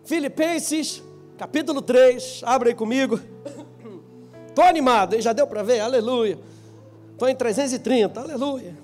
Filipenses, capítulo 3, abre aí comigo. Estou animado, hein? Já deu para ver? Aleluia. Estou em 330, aleluia.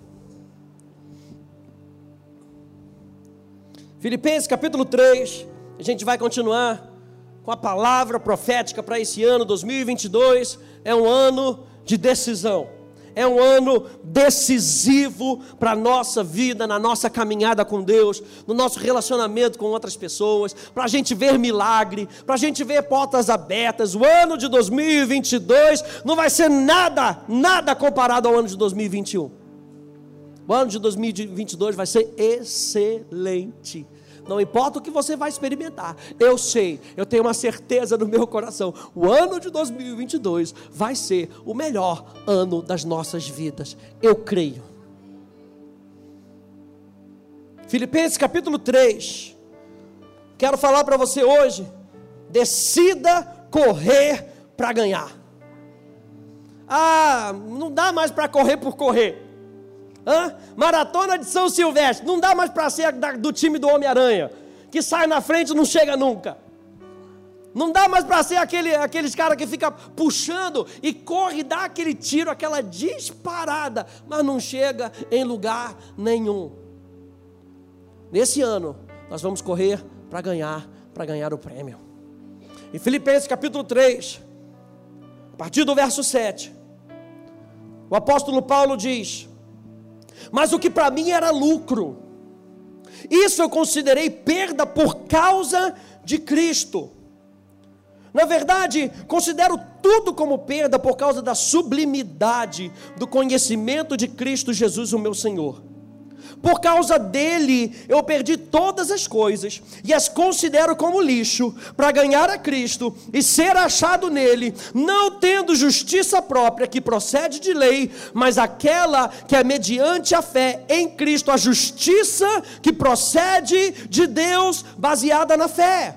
Filipenses, capítulo 3, a gente vai continuar com a palavra profética para esse ano, 2022, é um ano de decisão. É um ano decisivo para a nossa vida, na nossa caminhada com Deus, no nosso relacionamento com outras pessoas, para a gente ver milagre, para a gente ver portas abertas. O ano de 2022 não vai ser nada comparado ao ano de 2021. O ano de 2022 vai ser excelente. Não importa o que você vai experimentar, eu sei, eu tenho uma certeza no meu coração, o ano de 2022 vai ser o melhor ano das nossas vidas, eu creio. Filipenses capítulo 3, quero falar para você hoje, decida correr para ganhar. Não dá mais para correr por correr. Maratona de São Silvestre, não dá mais para ser do time do Homem-Aranha, que sai na frente e não chega nunca. Não dá mais para ser aqueles caras que fica puxando e corre, dá aquele tiro, aquela disparada, mas não chega em lugar nenhum. Nesse ano, nós vamos correr para ganhar o prêmio. Em Filipenses capítulo 3, a partir do verso 7, o apóstolo Paulo diz: mas o que para mim era lucro, isso eu considerei perda por causa de Cristo. Na verdade, considero tudo como perda por causa da sublimidade do conhecimento de Cristo Jesus, o meu Senhor. Por causa dele, eu perdi todas as coisas e as considero como lixo, para ganhar a Cristo e ser achado nele, não tendo justiça própria que procede de lei, mas aquela que é mediante a fé em Cristo, a justiça que procede de Deus, baseada na fé.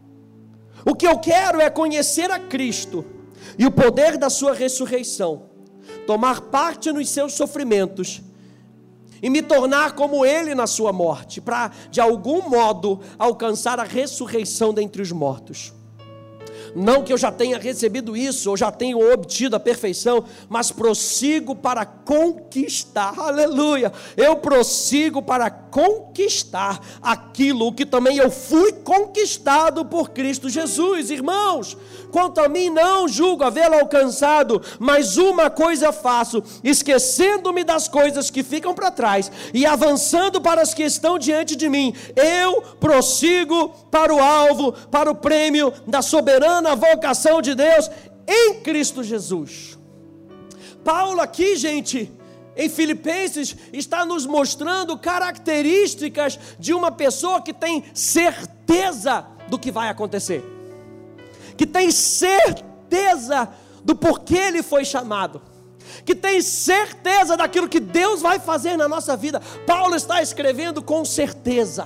O que eu quero é conhecer a Cristo e o poder da sua ressurreição, tomar parte nos seus sofrimentos e me tornar como ele na sua morte, para de algum modo alcançar a ressurreição dentre os mortos. Não que eu já tenha recebido isso, ou já tenho obtido a perfeição, mas prossigo para conquistar, aleluia, eu prossigo para conquistar aquilo que também eu fui conquistado por Cristo Jesus. Irmãos, quanto a mim não julgo havê-lo alcançado, mas uma coisa faço, esquecendo-me das coisas que ficam para trás, e avançando para as que estão diante de mim, eu prossigo para o alvo, para o prêmio da soberana na vocação de Deus em Cristo Jesus. Paulo aqui, gente, em Filipenses, está nos mostrando características de uma pessoa que tem certeza do que vai acontecer, que tem certeza do porquê ele foi chamado, que tem certeza daquilo que Deus vai fazer na nossa vida. Paulo está escrevendo com certeza.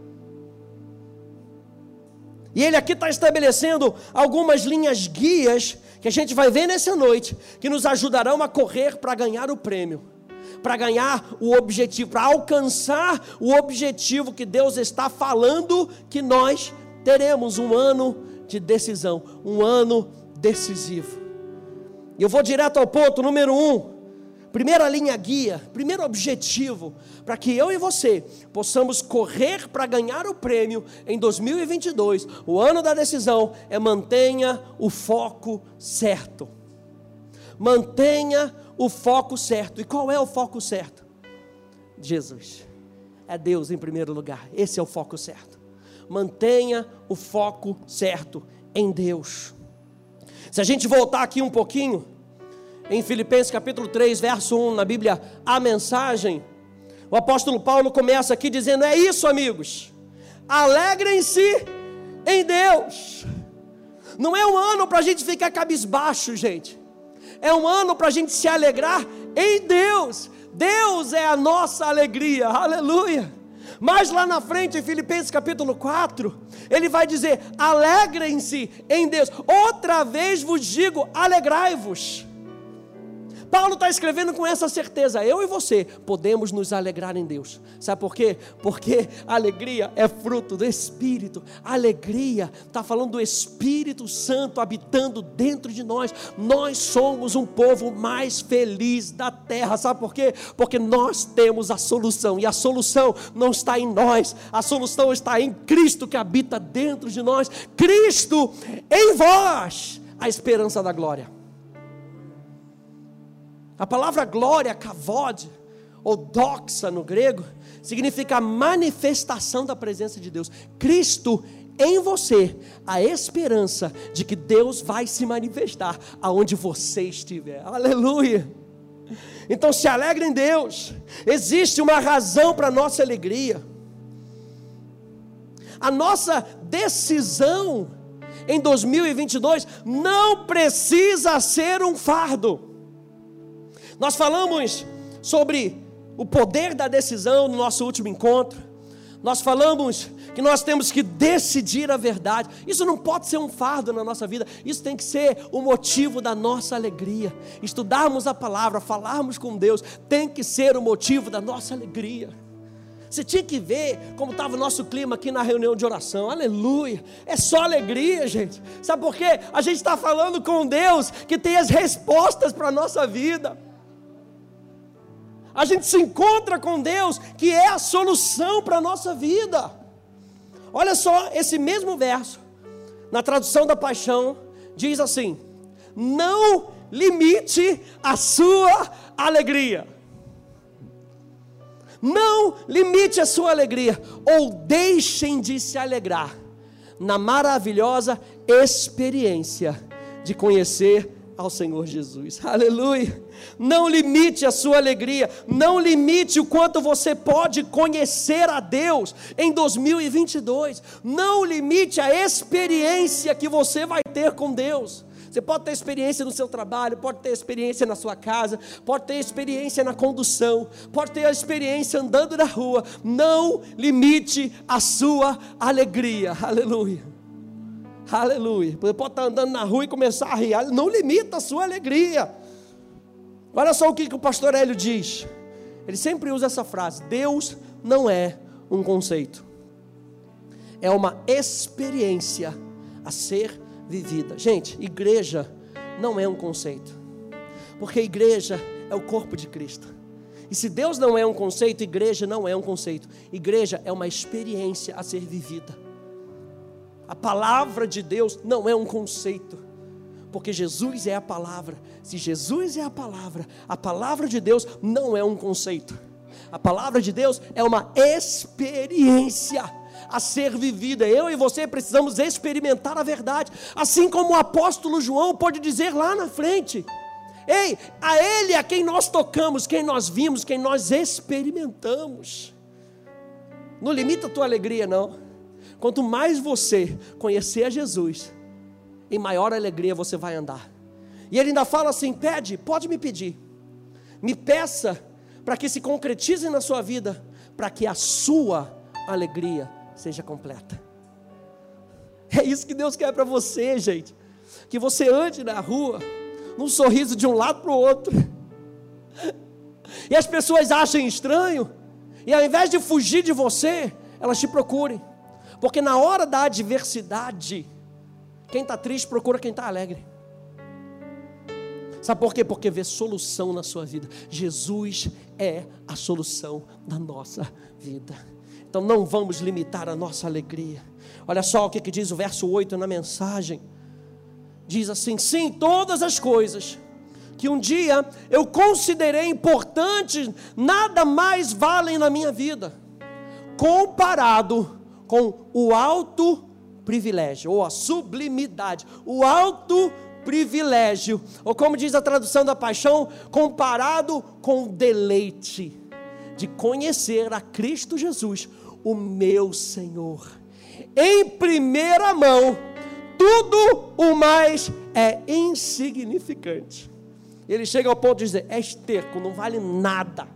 E ele aqui está estabelecendo algumas linhas guias que a gente vai ver nessa noite, que nos ajudarão a correr para ganhar o prêmio, para ganhar o objetivo, para alcançar o objetivo que Deus está falando que nós teremos um ano de decisão, um ano decisivo. E eu vou direto ao ponto, número 1. Primeira linha guia, primeiro objetivo, para que eu e você possamos correr para ganhar o prêmio em 2022, o ano da decisão, é mantenha o foco certo. Mantenha o foco certo. E qual é o foco certo? Jesus. É Deus em primeiro lugar. Esse é o foco certo. Mantenha o foco certo em Deus. Se a gente voltar aqui um pouquinho, em Filipenses capítulo 3, verso 1, na Bíblia, a mensagem, o apóstolo Paulo começa aqui dizendo: é isso, amigos, alegrem-se em Deus. Não é um ano para a gente ficar cabisbaixo, gente, é um ano para a gente se alegrar em Deus. Deus é a nossa alegria, aleluia. Mas lá na frente, em Filipenses capítulo 4, ele vai dizer: alegrem-se em Deus. Outra vez vos digo, alegrai-vos. Paulo está escrevendo com essa certeza. Eu e você podemos nos alegrar em Deus. Sabe por quê? Porque a alegria é fruto do Espírito. A alegria está falando do Espírito Santo habitando dentro de nós. Nós somos um povo mais feliz da terra. Sabe por quê? Porque nós temos a solução. E a solução não está em nós. A solução está em Cristo que habita dentro de nós. Cristo em vós, a esperança da glória. A palavra glória, kavod, ou doxa no grego, significa manifestação da presença de Deus. Cristo em você, a esperança de que Deus vai se manifestar aonde você estiver. Aleluia! Então se alegra em Deus. Existe uma razão para a nossa alegria. A nossa decisão em 2022 não precisa ser um fardo. Nós falamos sobre o poder da decisão no nosso último encontro. Nós falamos que nós temos que decidir a verdade. Isso não pode ser um fardo na nossa vida. Isso tem que ser o motivo da nossa alegria. Estudarmos a palavra, falarmos com Deus, tem que ser o motivo da nossa alegria. Você tinha que ver como estava o nosso clima aqui na reunião de oração. Aleluia, é só alegria, gente. Sabe por quê? A gente está falando com Deus que tem as respostas para a nossa vida. A gente se encontra com Deus que é a solução para a nossa vida. Olha só, esse mesmo verso, na tradução da Paixão, diz assim: não limite a sua alegria. Não limite a sua alegria, ou deixem de se alegrar na maravilhosa experiência de conhecer ao Senhor Jesus. Aleluia. Não limite a sua alegria, não limite o quanto você pode conhecer a Deus em 2022, não limite a experiência que você vai ter com Deus. Você pode ter experiência no seu trabalho, pode ter experiência na sua casa, pode ter experiência na condução, pode ter experiência andando na rua. Não limite a sua alegria. Aleluia. Aleluia. Você pode estar andando na rua e começar a rir. Não limita a sua alegria. Olha só o que o pastor Hélio diz. Ele sempre usa essa frase: Deus não é um conceito, é uma experiência a ser vivida. Gente, igreja não é um conceito, porque igreja é o corpo de Cristo. E se Deus não é um conceito, igreja não é um conceito. Igreja é uma experiência a ser vivida. A palavra de Deus não é um conceito, porque Jesus é a palavra. Se Jesus é a palavra de Deus não é um conceito. A palavra de Deus é uma experiência a ser vivida. Eu e você precisamos experimentar a verdade, assim como o apóstolo João pode dizer lá na frente: ei, a Ele a quem nós tocamos, quem nós vimos, quem nós experimentamos. Não limita a tua alegria, não. Quanto mais você conhecer a Jesus, em maior alegria você vai andar. E ele ainda fala assim: pede, pode me pedir, me peça, para que se concretize na sua vida, para que a sua alegria seja completa. É isso que Deus quer para você, gente. Que você ande na rua, num sorriso de um lado para o outro, e as pessoas achem estranho, e ao invés de fugir de você, elas te procurem. Porque na hora da adversidade, quem está triste procura quem está alegre. Sabe por quê? Porque vê solução na sua vida. Jesus é a solução da nossa vida. Então não vamos limitar a nossa alegria. Olha só o que diz o verso 8 na mensagem. Diz assim: sim, todas as coisas que um dia eu considerei importantes, nada mais valem na minha vida, comparado com o alto privilégio, ou a sublimidade, o alto privilégio, ou como diz a tradução da Paixão, comparado com o deleite de conhecer a Cristo Jesus, o meu Senhor. Em primeira mão, tudo o mais é insignificante. Ele chega ao ponto de dizer: é esterco, não vale nada.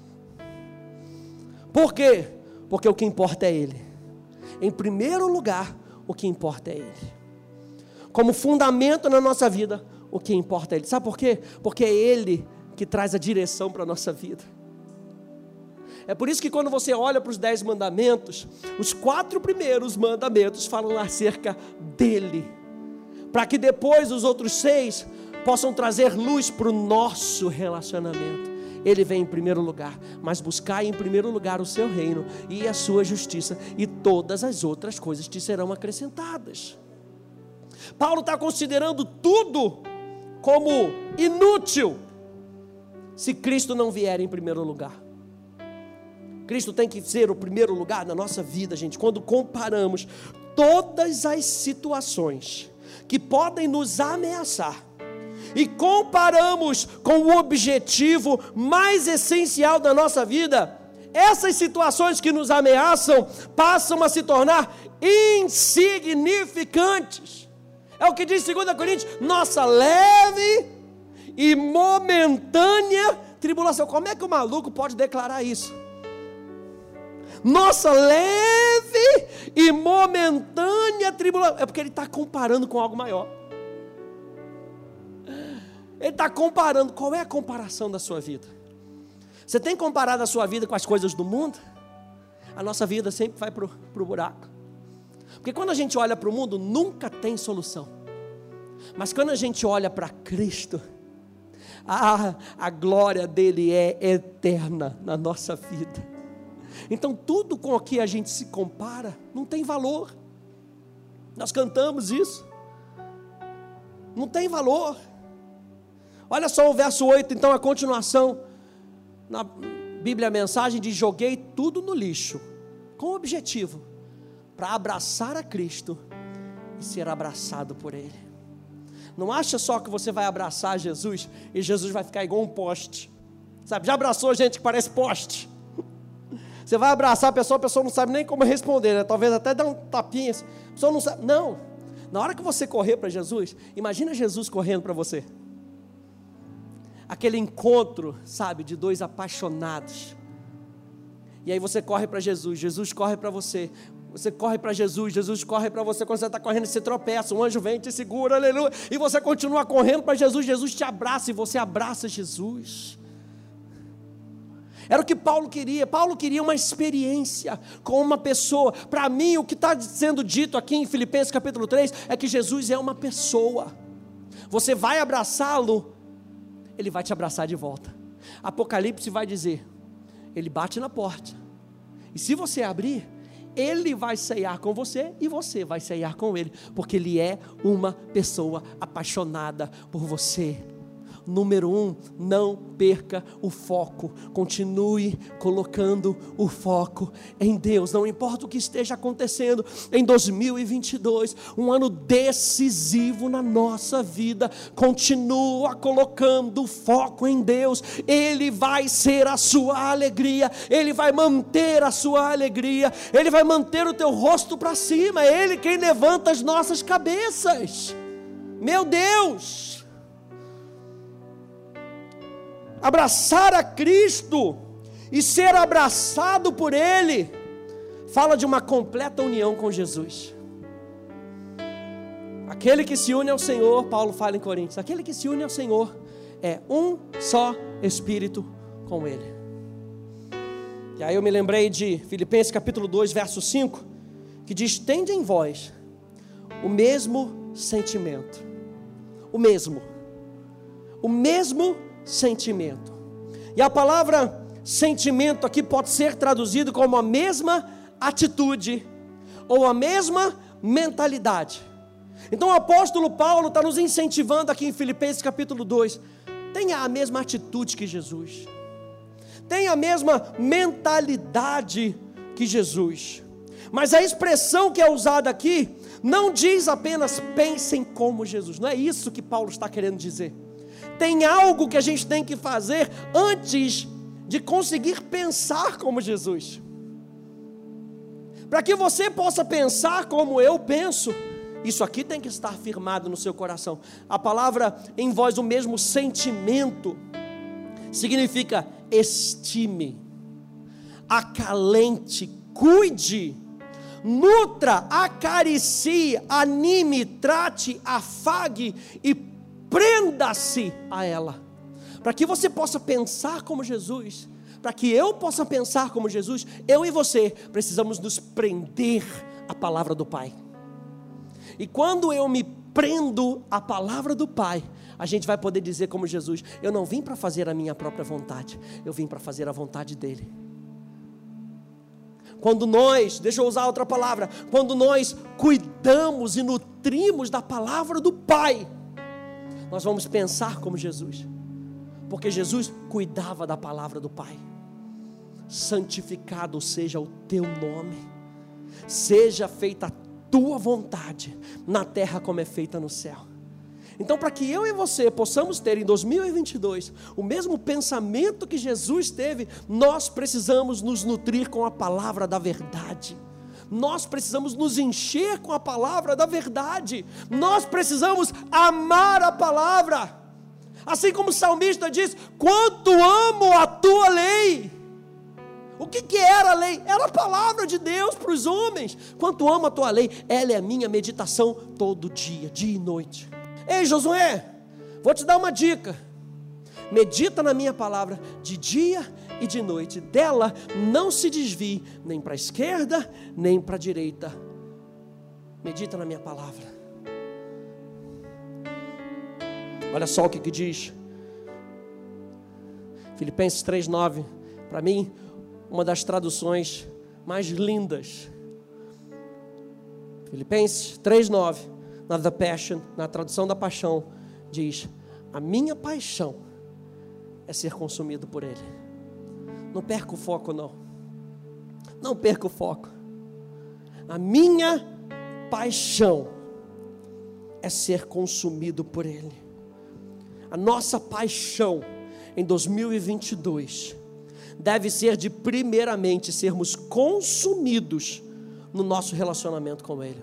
Por quê? Porque o que importa é Ele. Em primeiro lugar, o que importa é Ele. Como fundamento na nossa vida, o que importa é Ele. Sabe por quê? Porque é Ele que traz a direção para a nossa vida. É por isso que quando você olha para os 10 mandamentos, os 4 primeiros mandamentos falam acerca dele, para que depois os outros 6 possam trazer luz para o nosso relacionamento. Ele vem em primeiro lugar, mas buscai em primeiro lugar o seu reino e a sua justiça, e todas as outras coisas te serão acrescentadas. Paulo está considerando tudo como inútil, se Cristo não vier em primeiro lugar. Cristo tem que ser o primeiro lugar na nossa vida, gente. Quando comparamos todas as situações que podem nos ameaçar, e comparamos com o objetivo mais essencial da nossa vida, essas situações que nos ameaçam passam a se tornar insignificantes. É o que diz 2 Coríntios: nossa leve e momentânea tribulação. Como é que o maluco pode declarar isso? Nossa leve e momentânea tribulação. É porque ele está comparando com algo maior. Ele está comparando. Qual é a comparação da sua vida? Você tem comparado a sua vida com as coisas do mundo? A nossa vida sempre vai para o buraco. Porque quando a gente olha para o mundo, nunca tem solução. Mas quando a gente olha para Cristo, a glória dele é eterna na nossa vida. Então tudo com o que a gente se compara não tem valor. Nós cantamos isso. Não tem valor. Olha só o verso 8, então, a continuação. Na Bíblia a mensagem diz: joguei tudo no lixo, com o objetivo, para abraçar a Cristo e ser abraçado por Ele. Não acha só que você vai abraçar Jesus e Jesus vai ficar igual um poste. Sabe, já abraçou gente que parece poste? Você vai abraçar a pessoa não sabe nem como responder, né? Talvez até dá um tapinha, a pessoa não sabe. Não, na hora que você correr para Jesus, imagina Jesus correndo para você. Aquele encontro, sabe, de 2 apaixonados. E aí você corre para Jesus, Jesus corre para você. Você corre para Jesus, Jesus corre para você. Quando você está correndo, você tropeça, um anjo vem e te segura, aleluia. E você continua correndo para Jesus, Jesus te abraça e você abraça Jesus. Era o que Paulo queria. Paulo queria uma experiência com uma pessoa. Para mim, o que está sendo dito aqui em Filipenses capítulo 3 é que Jesus é uma pessoa. Você vai abraçá-lo, Ele vai te abraçar de volta. Apocalipse vai dizer: Ele bate na porta, e se você abrir, Ele vai ceiar com você e você vai ceiar com Ele, porque Ele é uma pessoa apaixonada por você. Número 1, não perca o foco. Continue colocando o foco em Deus. Não importa o que esteja acontecendo em 2022, um ano decisivo na nossa vida. Continua colocando o foco em Deus. Ele vai ser a sua alegria. Ele vai manter a sua alegria. Ele vai manter o teu rosto para cima. É Ele quem levanta as nossas cabeças. Meu Deus! Abraçar a Cristo e ser abraçado por Ele fala de uma completa união com Jesus. Aquele que se une ao Senhor, Paulo fala em Coríntios, aquele que se une ao Senhor é um só Espírito com Ele. E aí eu me lembrei de Filipenses capítulo 2, verso 5, que diz: tende em vós o mesmo sentimento. O mesmo sentimento. E a palavra sentimento aqui pode ser traduzido como a mesma atitude ou a mesma mentalidade. Então o apóstolo Paulo está nos incentivando aqui em Filipenses capítulo 2: tenha a mesma atitude que Jesus, tenha a mesma mentalidade que Jesus. Mas a expressão que é usada aqui não diz apenas pensem como Jesus. Não é isso que Paulo está querendo dizer. Tem algo que a gente tem que fazer antes de conseguir pensar como Jesus. Para que você possa pensar como eu penso, isso aqui tem que estar firmado no seu coração. A palavra em vós, o mesmo sentimento, significa estime, acalente, cuide, nutra, acaricie, anime, trate, afague e prenda-se a ela. Para que você possa pensar como Jesus, para que eu possa pensar como Jesus, eu e você precisamos nos prender à palavra do Pai. E quando eu me prendo à palavra do Pai, a gente vai poder dizer como Jesus: eu não vim para fazer a minha própria vontade, eu vim para fazer a vontade dEle. Quando nós, deixa eu usar outra palavra, quando nós cuidamos e nutrimos da palavra do Pai, nós vamos pensar como Jesus, porque Jesus cuidava da palavra do Pai. Santificado seja o teu nome, seja feita a tua vontade, na terra como é feita no céu. Então, para que eu e você possamos ter em 2022 o mesmo pensamento que Jesus teve, nós precisamos nos nutrir com a palavra da verdade. Nós precisamos nos encher com a palavra da verdade. Nós precisamos amar a palavra. Assim como o salmista diz: quanto amo a tua lei. O que era a lei? Era a palavra de Deus para os homens. Quanto amo a tua lei, ela é a minha meditação todo dia, dia e noite. Ei, Josué, vou te dar uma dica: medita na minha palavra de dia e de noite, dela não se desvie nem para a esquerda, nem para a direita. Medita na minha palavra. Olha só o que diz Filipenses 3:9, para mim, uma das traduções mais lindas. Filipenses 3:9, na The Passion, na tradução da Paixão, diz: a minha paixão é ser consumido por Ele. Não perca o foco, não. Não perca o foco. A minha paixão é ser consumido por Ele. A nossa paixão em 2022 deve ser de, primeiramente, sermos consumidos no nosso relacionamento com Ele.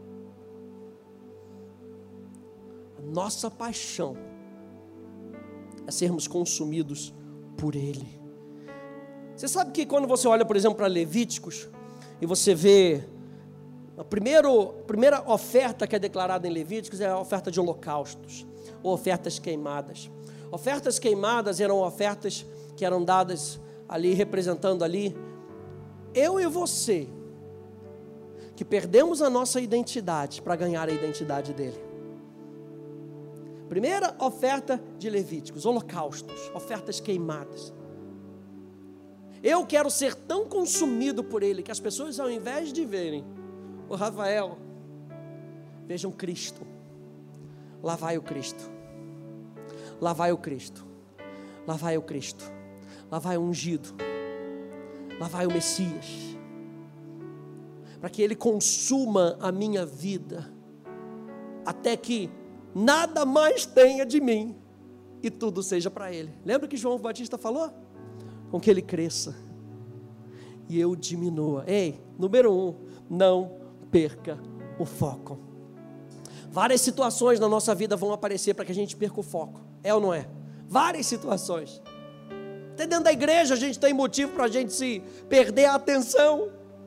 A nossa paixão é sermos consumidos por Ele. Você sabe que quando você olha, por exemplo, para Levíticos, e você vê a primeira oferta que é declarada em Levíticos é a oferta de holocaustos, ou ofertas queimadas. Ofertas queimadas eram ofertas que eram dadas ali, representando ali eu e você, que perdemos a nossa identidade para ganhar a identidade dele. Primeira oferta de Levíticos, holocaustos, ofertas queimadas. Eu quero ser tão consumido por Ele, que as pessoas, ao invés de verem o Rafael, vejam Cristo. Lá vai o Cristo. Lá vai o Cristo. Lá vai o Cristo. Lá vai o ungido. Lá vai o Messias. Para que Ele consuma a minha vida, até que nada mais tenha de mim, e tudo seja para Ele. Lembra que João Batista falou? Com que Ele cresça e eu diminua. Ei, número 1, não perca o foco. Várias situações na nossa vida vão aparecer para que a gente perca o foco. É ou não é? Várias situações. Até dentro da igreja a gente tem motivo para a gente se perder a atenção.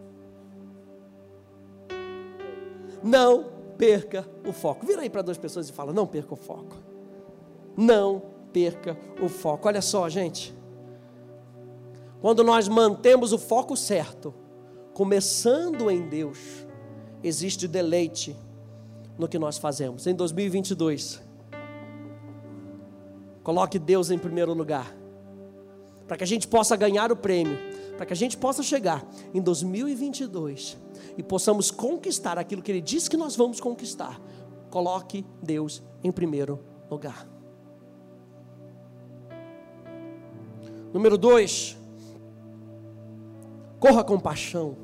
Não perca o foco. Vira aí para 2 pessoas e fala: não perca o foco. Não perca o foco. Olha só, gente. Quando nós mantemos o foco certo, começando em Deus, existe deleite no que nós fazemos. Em 2022, coloque Deus em primeiro lugar, para que a gente possa ganhar o prêmio, para que a gente possa chegar em 2022 e possamos conquistar aquilo que Ele disse que nós vamos conquistar. Coloque Deus em primeiro lugar. Número 2, corra com paixão.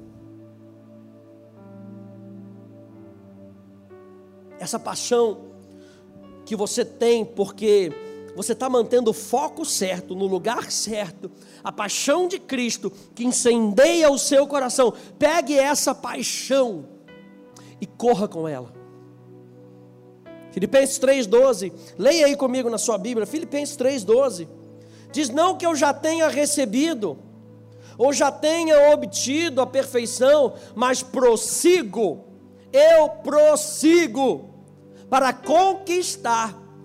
Essa paixão que você tem porque você está mantendo o foco certo, no lugar certo, a paixão de Cristo que incendeia o seu coração. Pegue essa paixão e corra com ela. Filipenses 3:12, leia aí comigo na sua Bíblia. Filipenses 3:12 diz: não que eu já tenha recebido ou já tenha obtido a perfeição, mas prossigo, eu prossigo para conquistar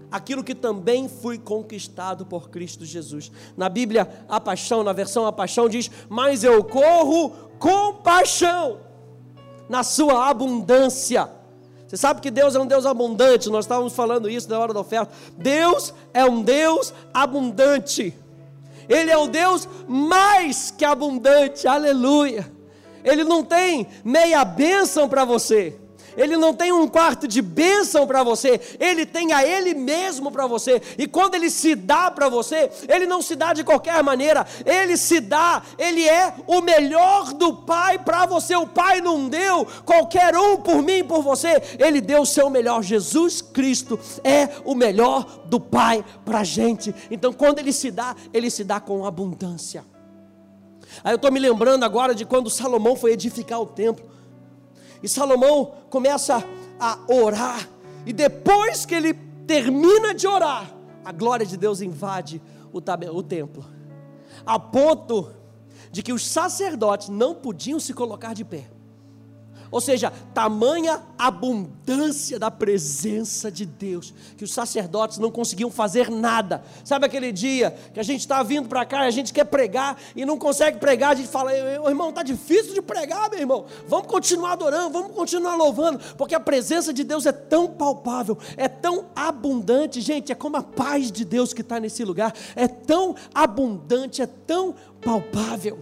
aquilo que também fui conquistado por Cristo Jesus. Na Bíblia, a Paixão, na versão A Paixão diz, mas eu corro com paixão, na sua abundância. Você sabe que Deus é um Deus abundante, nós estávamos falando isso na hora da oferta. Deus é um Deus abundante, Ele é o Deus mais que abundante, aleluia. Ele não tem meia bênção para você, Ele não tem um quarto de bênção para você, Ele tem a Ele mesmo para você. E quando Ele se dá para você, Ele não se dá de qualquer maneira, Ele se dá, Ele é o melhor do Pai para você. O Pai não deu qualquer um por mim e por você, Ele deu o seu melhor. Jesus Cristo é o melhor do Pai para a gente. Então quando Ele se dá com abundância. Aí eu estou me lembrando agora de quando Salomão foi edificar o templo. E Salomão começa a orar, e depois que ele termina de orar, a glória de Deus invade o templo, a ponto de que os sacerdotes não podiam se colocar de pé. Ou seja, tamanha abundância da presença de Deus, que os sacerdotes não conseguiam fazer nada. Sabe aquele dia que a gente está vindo para cá e a gente quer pregar e não consegue pregar, a gente fala, irmão, está difícil de pregar, meu irmão, vamos continuar adorando, vamos continuar louvando, porque a presença de Deus é tão palpável, é tão abundante, gente, é como a paz de Deus que está nesse lugar, é tão abundante, é tão palpável.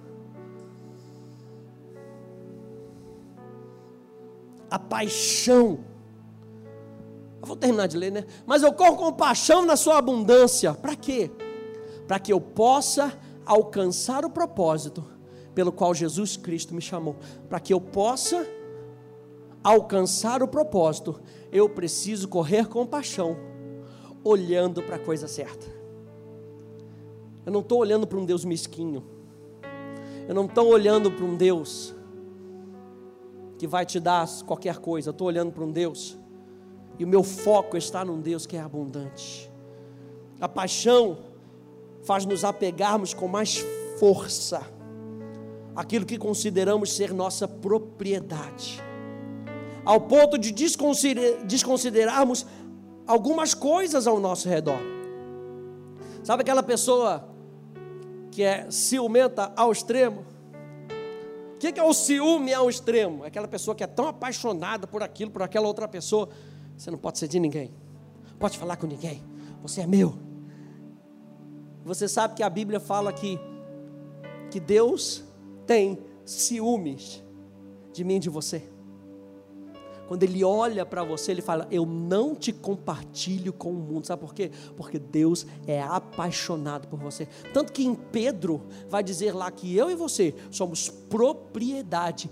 A paixão, eu vou terminar de ler, né? Mas eu corro com paixão na sua abundância. Para quê? Para que eu possa alcançar o propósito pelo qual Jesus Cristo me chamou. Para que eu possa alcançar o propósito, eu preciso correr com paixão, olhando para a coisa certa. Eu não estou olhando para um Deus mesquinho, eu não estou olhando para um Deus que vai te dar qualquer coisa. Eu estou olhando para um Deus, e o meu foco está num Deus que é abundante. A paixão faz nos apegarmos com mais força aquilo que consideramos ser nossa propriedade, ao ponto de desconsiderarmos algumas coisas ao nosso redor. Sabe aquela pessoa que é ciumenta ao extremo? O que é o ciúme ao extremo? É aquela pessoa que é tão apaixonada por aquilo, por aquela outra pessoa. Você não pode ser de ninguém, não pode falar com ninguém, você é meu. Você sabe que a Bíblia fala que Deus tem ciúmes de mim e de você. Quando Ele olha para você, Ele fala, eu não te compartilho com o mundo. Sabe por quê? Porque Deus é apaixonado por você. Tanto que em Pedro vai dizer lá que eu e você somos propriedade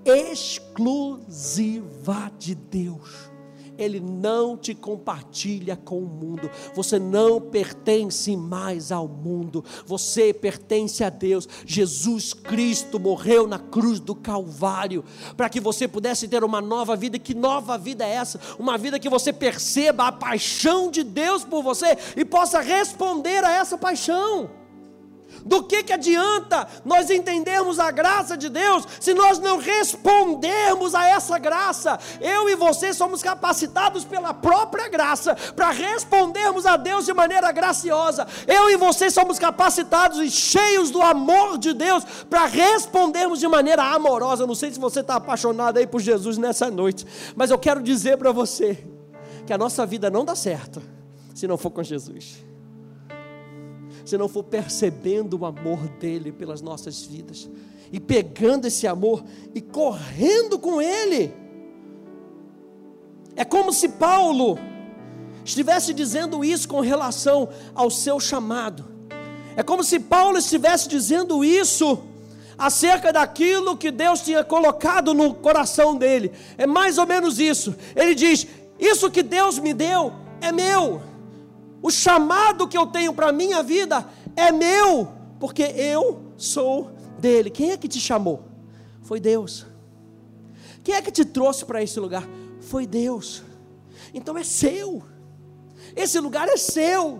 exclusiva de Deus. Ele não te compartilha com o mundo. Você não pertence mais ao mundo, você pertence a Deus. Jesus Cristo morreu na cruz do Calvário para que você pudesse ter uma nova vida. E que nova vida é essa? Uma vida que você perceba a paixão de Deus por você e possa responder a essa paixão. Do que adianta nós entendermos a graça de Deus se nós não respondermos a essa graça? Eu e você somos capacitados pela própria graça para respondermos a Deus de maneira graciosa. Eu e você somos capacitados e cheios do amor de Deus para respondermos de maneira amorosa. Não sei se você está apaixonado aí por Jesus nessa noite, mas eu quero dizer para você que a nossa vida não dá certo se não for com Jesus, se não for percebendo o amor dele pelas nossas vidas, e pegando esse amor e correndo com ele. É como se Paulo estivesse dizendo isso com relação ao seu chamado. É como se Paulo estivesse dizendo isso acerca daquilo que Deus tinha colocado no coração dele. É mais ou menos isso. Ele diz, isso que Deus me deu é meu. O chamado que eu tenho para a minha vida é meu, porque eu sou dele. Quem é que te chamou? Foi Deus. Quem é que te trouxe para esse lugar? Foi Deus. Então é seu. Esse lugar é seu.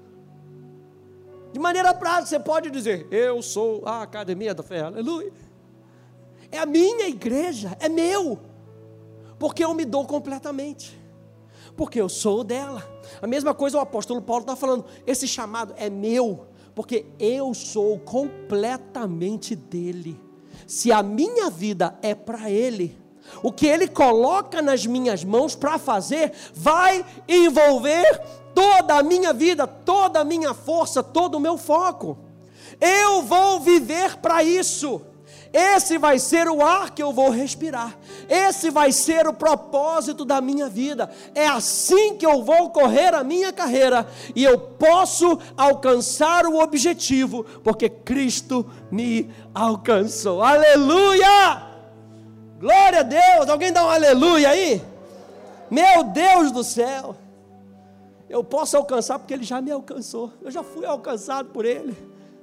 De maneira prática, você pode dizer, eu sou a Academia da Fé, aleluia. É a minha igreja, é meu, porque eu me dou completamente. porque eu sou dela. A mesma coisa o apóstolo Paulo está falando, esse chamado é meu, porque eu sou completamente dele. Se a minha vida é para ele, o que ele coloca nas minhas mãos para fazer, vai envolver toda a minha vida, toda a minha força, todo o meu foco. Eu vou viver para isso. Esse vai ser o ar que eu vou respirar. Esse vai ser o propósito da minha vida. É assim que eu vou correr a minha carreira. E eu posso alcançar o objetivo, porque Cristo me alcançou. Aleluia! Glória a Deus! Alguém dá um aleluia aí? Meu Deus do céu! Eu posso alcançar porque Ele já me alcançou. Eu já fui alcançado por Ele.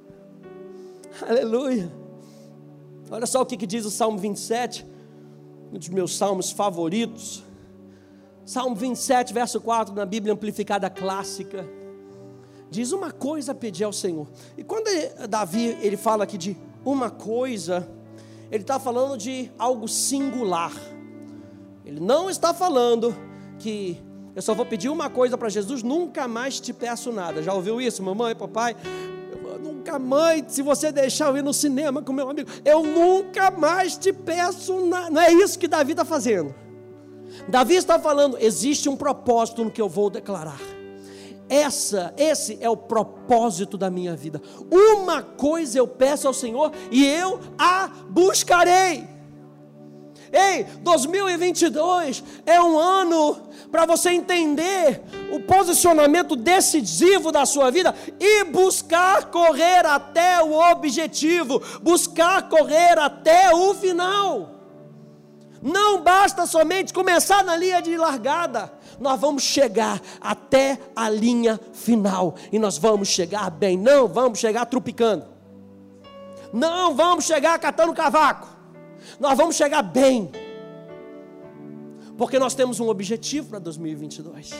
Aleluia! Olha só o que diz o Salmo 27, um dos meus salmos favoritos. Salmo 27, verso 4, na Bíblia Amplificada Clássica. Diz: uma coisa pedi ao Senhor. E quando Davi ele fala aqui de uma coisa, ele está falando de algo singular. Ele não está falando que eu só vou pedir uma coisa para Jesus, nunca mais te peço nada. Já ouviu isso, mamãe, papai? Nunca mais, se você deixar eu ir no cinema com meu amigo, eu nunca mais te peço nada. Não é isso que Davi está fazendo. Davi está falando, existe um propósito no que eu vou declarar. Esse é o propósito da minha vida. Uma coisa eu peço ao Senhor e eu a buscarei. Ei, 2022 é um ano para você entender o posicionamento decisivo da sua vida e buscar correr até o objetivo, buscar correr até o final. Não basta somente começar na linha de largada, nós vamos chegar até a linha final e nós vamos chegar bem, não vamos chegar trupicando, não vamos chegar catando cavaco. Nós vamos chegar bem, porque nós temos um objetivo para 2022.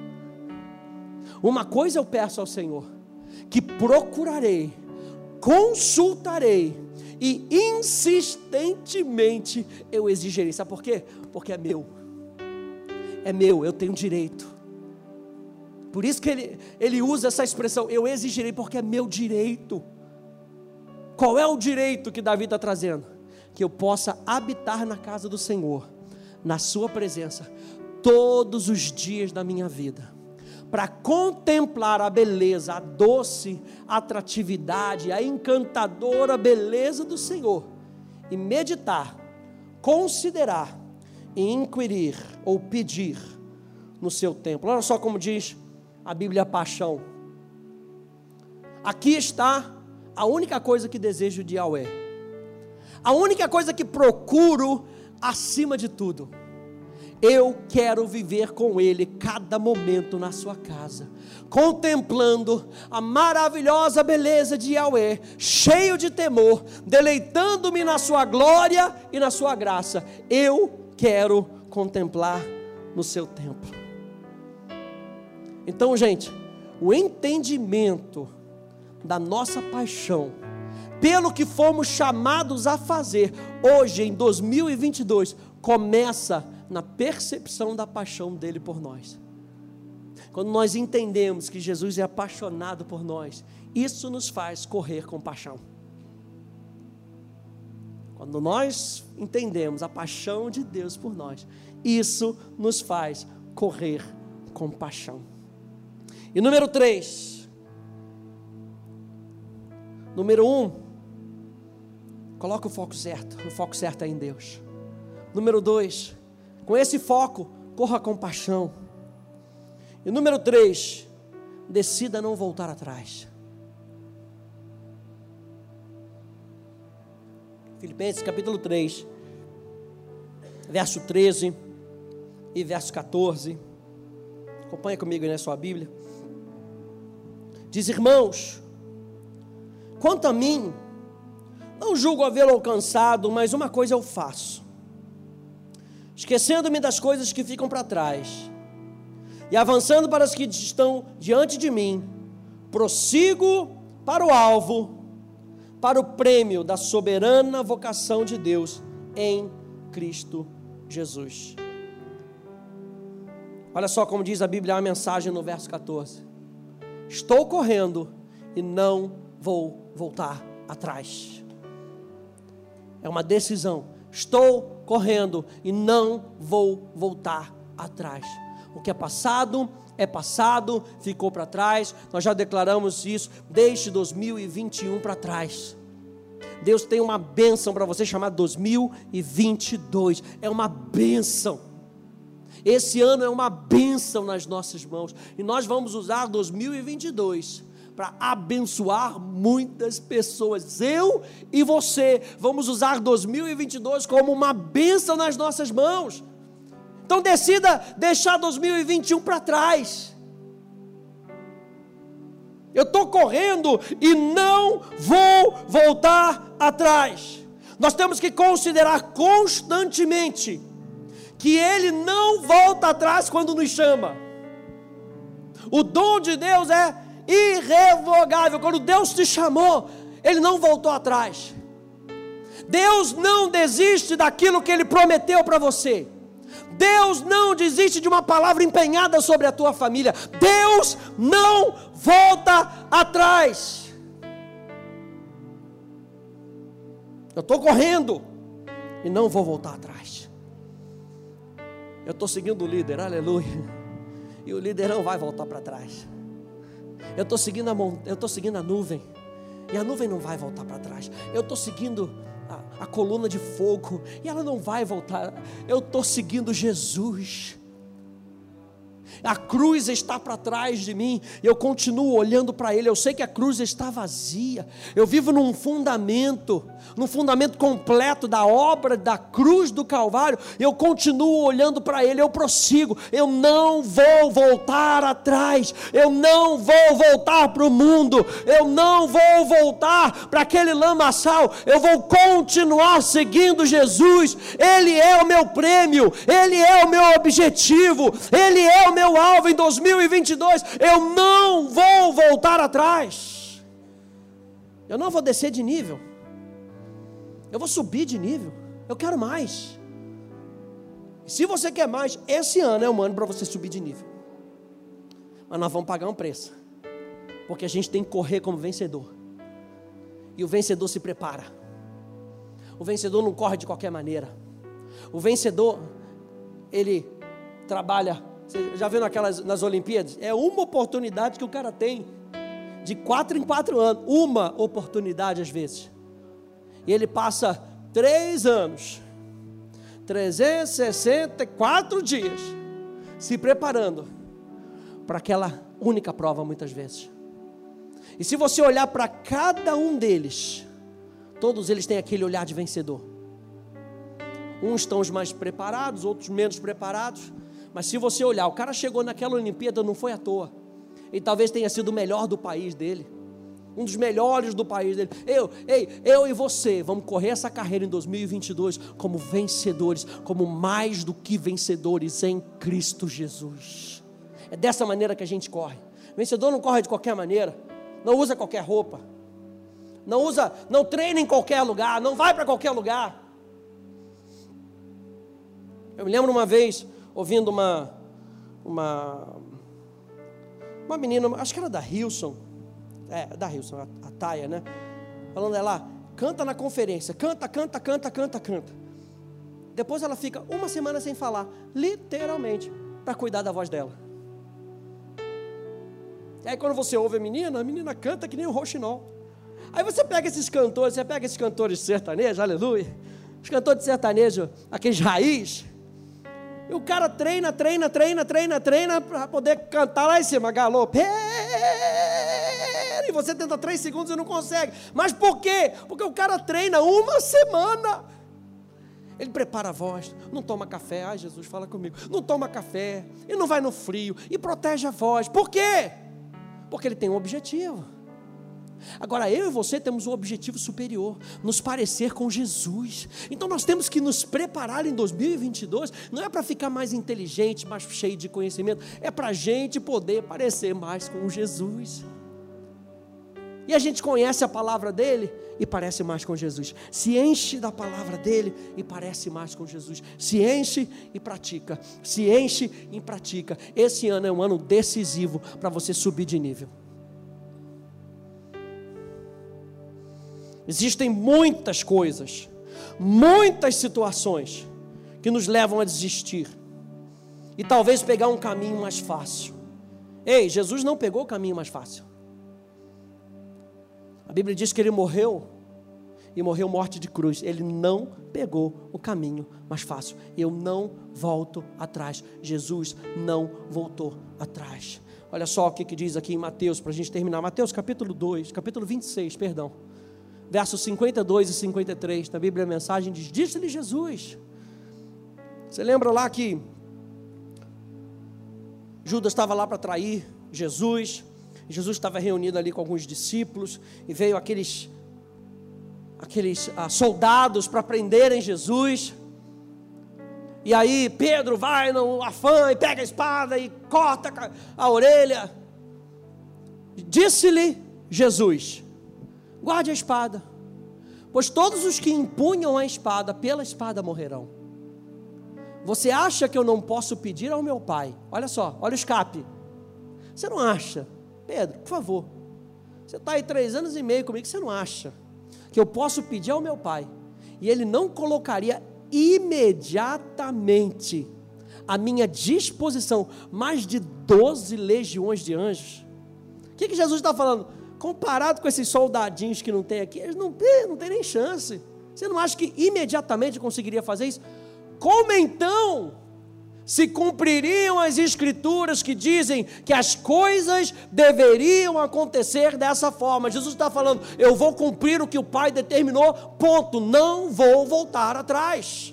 Uma coisa eu peço ao Senhor, que procurarei, consultarei e insistentemente eu exigirei. Sabe por quê? Porque é meu, eu tenho direito. Por isso que ele usa essa expressão, eu exigirei, porque é meu direito. Qual é o direito que Davi está trazendo? Que eu possa habitar na casa do Senhor, na sua presença, todos os dias da minha vida, para contemplar a beleza, a doce atratividade, a encantadora beleza do Senhor, e meditar, considerar, e inquirir, ou pedir, no seu templo. Olha só como diz a Bíblia Paixão: aqui está a única coisa que desejo de Yahweh, a única coisa que procuro acima de tudo, eu quero viver com Ele cada momento na sua casa, contemplando a maravilhosa beleza de Yahweh, cheio de temor, deleitando-me na sua glória e na sua graça. Eu quero contemplar no seu templo. Então, gente, o entendimento da nossa paixão pelo que fomos chamados a fazer hoje em 2022, começa na percepção da paixão dele por nós. Quando nós entendemos que Jesus é apaixonado por nós, isso nos faz correr com paixão. Quando nós entendemos a paixão de Deus por nós, isso nos faz correr com paixão. E número 3, número 1, coloca o foco certo é em Deus. Número 2, com esse foco, corra com paixão. E número 3, decida não voltar atrás. Filipenses capítulo 3, verso 13 e verso 14. Acompanha comigo aí na sua Bíblia. Diz: irmãos, quanto a mim, não julgo havê-lo alcançado, mas uma coisa eu faço, esquecendo-me das coisas que ficam para trás e avançando para as que estão diante de mim, prossigo para o alvo, para o prêmio da soberana vocação de Deus em Cristo Jesus. Olha só como diz a Bíblia, a mensagem no verso 14. Estou correndo e não vou voltar atrás. É uma decisão. Estou correndo e não vou voltar atrás. O que é passado, ficou para trás. Nós já declaramos isso desde 2021 para trás. Deus tem uma bênção para você chamada 2022. É uma bênção. Esse ano é uma bênção nas nossas mãos. E nós vamos usar 2022 para abençoar muitas pessoas. Eu e você vamos usar 2022 como uma bênção nas nossas mãos. Então decida deixar 2021 para trás. Eu estou correndo e não vou voltar atrás. Nós temos que considerar constantemente que Ele não volta atrás quando nos chama. O dom de Deus é irrevogável. Quando Deus te chamou, Ele não voltou atrás. Deus não desiste daquilo que Ele prometeu para você. Deus não desiste de uma palavra empenhada sobre a tua família. Deus não volta atrás. Eu estou correndo e não vou voltar atrás. Eu estou seguindo o líder, aleluia. E o líder não vai voltar para trás. Eu estou seguindo a nuvem, e a nuvem não vai voltar para trás. Eu estou seguindo a coluna de fogo, e ela não vai voltar. Eu estou seguindo Jesus. A cruz está para trás de mim, e eu continuo olhando para Ele. Eu sei que a cruz está vazia. Eu vivo num fundamento completo da obra da cruz do Calvário. Eu continuo olhando para Ele, eu prossigo. Eu não vou voltar atrás. Eu não vou voltar para o mundo. Eu não vou voltar para aquele lamaçal. Eu vou continuar seguindo Jesus. Ele é o meu prêmio, Ele é o meu objetivo, Ele é o meu alvo em 2022. Eu não vou voltar atrás. Eu não vou descer de nível. Eu vou subir de nível. Eu quero mais. E se você quer mais, esse ano é um ano para você subir de nível. Mas nós vamos pagar um preço, porque a gente tem que correr como vencedor. E o vencedor se prepara. O vencedor não corre de qualquer maneira. O vencedor, ele trabalha. Você já viu nas Olimpíadas? É uma oportunidade que o cara tem, de 4 em 4 anos, uma oportunidade às vezes, e ele passa 3 anos, 364 dias, se preparando para aquela única prova muitas vezes. E se você olhar para cada um deles, todos eles têm aquele olhar de vencedor. Uns estão os mais preparados, outros menos preparados. Mas se você olhar, o cara chegou naquela Olimpíada, não foi à toa. E talvez tenha sido o melhor do país dele, um dos melhores do país dele. Eu e você vamos correr essa carreira em 2022 como vencedores, como mais do que vencedores em Cristo Jesus. É dessa maneira que a gente corre. O vencedor não corre de qualquer maneira, não usa qualquer roupa, não treina em qualquer lugar, não vai para qualquer lugar. Eu me lembro uma vez ouvindo uma menina, acho que era da Hilson, a Taia, né? Falando ela, canta na conferência, canta. Depois ela fica uma semana sem falar, literalmente, para cuidar da voz dela. E aí quando você ouve a menina canta que nem o Rouxinol. Aí você pega esses cantores sertanejos, aleluia, os cantores de sertanejo, aqueles raiz. E o cara treina para poder cantar lá em cima, galope. E você tenta 3 segundos e não consegue. Mas por quê? Porque o cara treina uma semana. Ele prepara a voz, não toma café. Ai, Jesus, fala comigo. Não toma café, e não vai no frio, e protege a voz. Por quê? Porque ele tem um objetivo. Agora eu e você temos um objetivo superior, nos parecer com Jesus. Então nós temos que nos preparar em 2022. Não é para ficar mais inteligente, mais cheio de conhecimento, é para a gente poder parecer mais com Jesus. E a gente conhece a palavra dele, e parece mais com Jesus. Se enche da palavra dele e parece mais com Jesus. Se enche e pratica. Se enche e pratica. Esse ano é um ano decisivo para você subir de nível. Existem muitas coisas, muitas situações que nos levam a desistir e talvez pegar um caminho mais fácil. Ei, Jesus não pegou o caminho mais fácil. A Bíblia diz que ele morreu, e morreu morte de cruz. Ele não pegou o caminho mais fácil. Eu não volto atrás. Jesus não voltou atrás. Olha só o que diz aqui em Mateus, para a gente terminar. Mateus capítulo 26, perdão. Versos 52 e 53, na Bíblia a mensagem diz: disse-lhe Jesus. Você lembra lá que Judas estava lá para trair Jesus? Jesus estava reunido ali com alguns discípulos, e veio aqueles soldados para prenderem Jesus. E aí Pedro vai no afã e pega a espada e corta a orelha. Disse-lhe Jesus: guarde a espada, pois todos os que empunham a espada, pela espada morrerão. Você acha que eu não posso pedir ao meu Pai? Olha só, olha o escape. Você não acha, Pedro, por favor, você está aí 3 anos e meio comigo, você não acha que eu posso pedir ao meu Pai, e Ele não colocaria imediatamente à minha disposição mais de 12 legiões de anjos? O que Jesus está falando? Comparado com esses soldadinhos que não tem aqui, eles não tem nem chance. Você não acha que imediatamente conseguiria fazer isso? Como então se cumpririam as escrituras que dizem que as coisas deveriam acontecer dessa forma? Jesus está falando: eu vou cumprir o que o Pai determinou, ponto, não vou voltar atrás.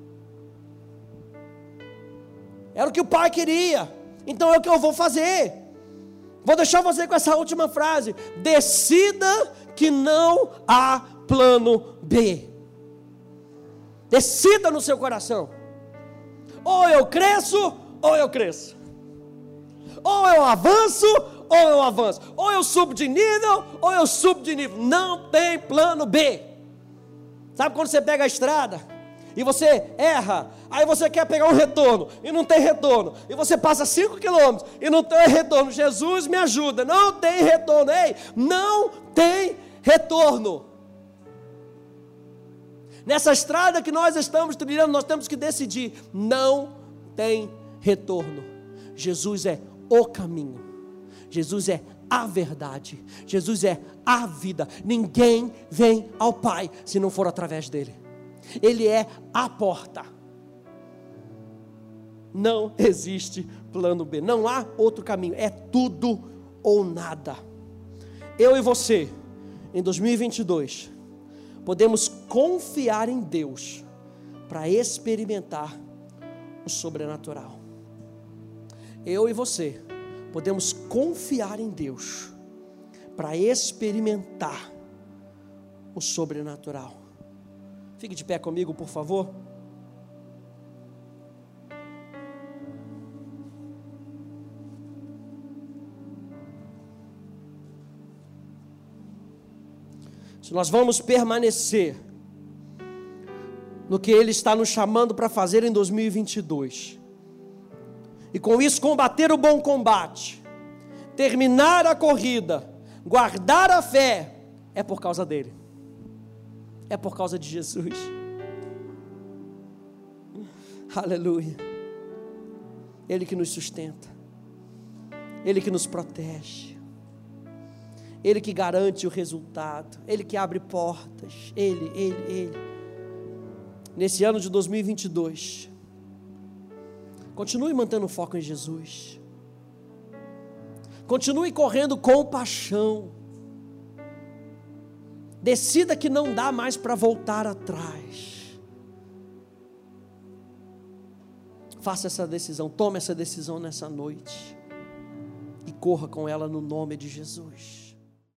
Era o que o Pai queria, então é o que eu vou fazer. Vou deixar você com essa última frase: decida que não há plano B. Decida no seu coração: ou eu cresço, ou eu cresço. Ou eu avanço, ou eu avanço. Ou eu subo de nível, ou eu subo de nível. Não tem plano B. Sabe quando você pega a estrada e você erra, aí você quer pegar um retorno e não tem retorno, e você passa 5 quilômetros e não tem retorno? Jesus me ajuda, não tem retorno. Ei, não tem retorno. Nessa estrada que nós estamos trilhando, nós temos que decidir: não tem retorno. Jesus é o caminho, Jesus é a verdade, Jesus é a vida. Ninguém vem ao Pai se não for através dele. Ele é a porta. Não existe plano B, não há outro caminho, é tudo ou nada. Eu e você, em 2022, podemos confiar em Deus para experimentar o sobrenatural. Eu e você podemos confiar em Deus para experimentar o sobrenatural. Fique de pé comigo, por favor. Se nós vamos permanecer no que Ele está nos chamando para fazer em 2022, e com isso combater o bom combate, terminar a corrida, guardar a fé, é por causa dEle, é por causa de Jesus. Aleluia. Ele que nos sustenta, Ele que nos protege, Ele que garante o resultado, Ele que abre portas, Ele. Nesse ano de 2022, continue mantendo o foco em Jesus, continue correndo com paixão, decida que não dá mais para voltar atrás, faça essa decisão, tome essa decisão nessa noite, e corra com ela no nome de Jesus.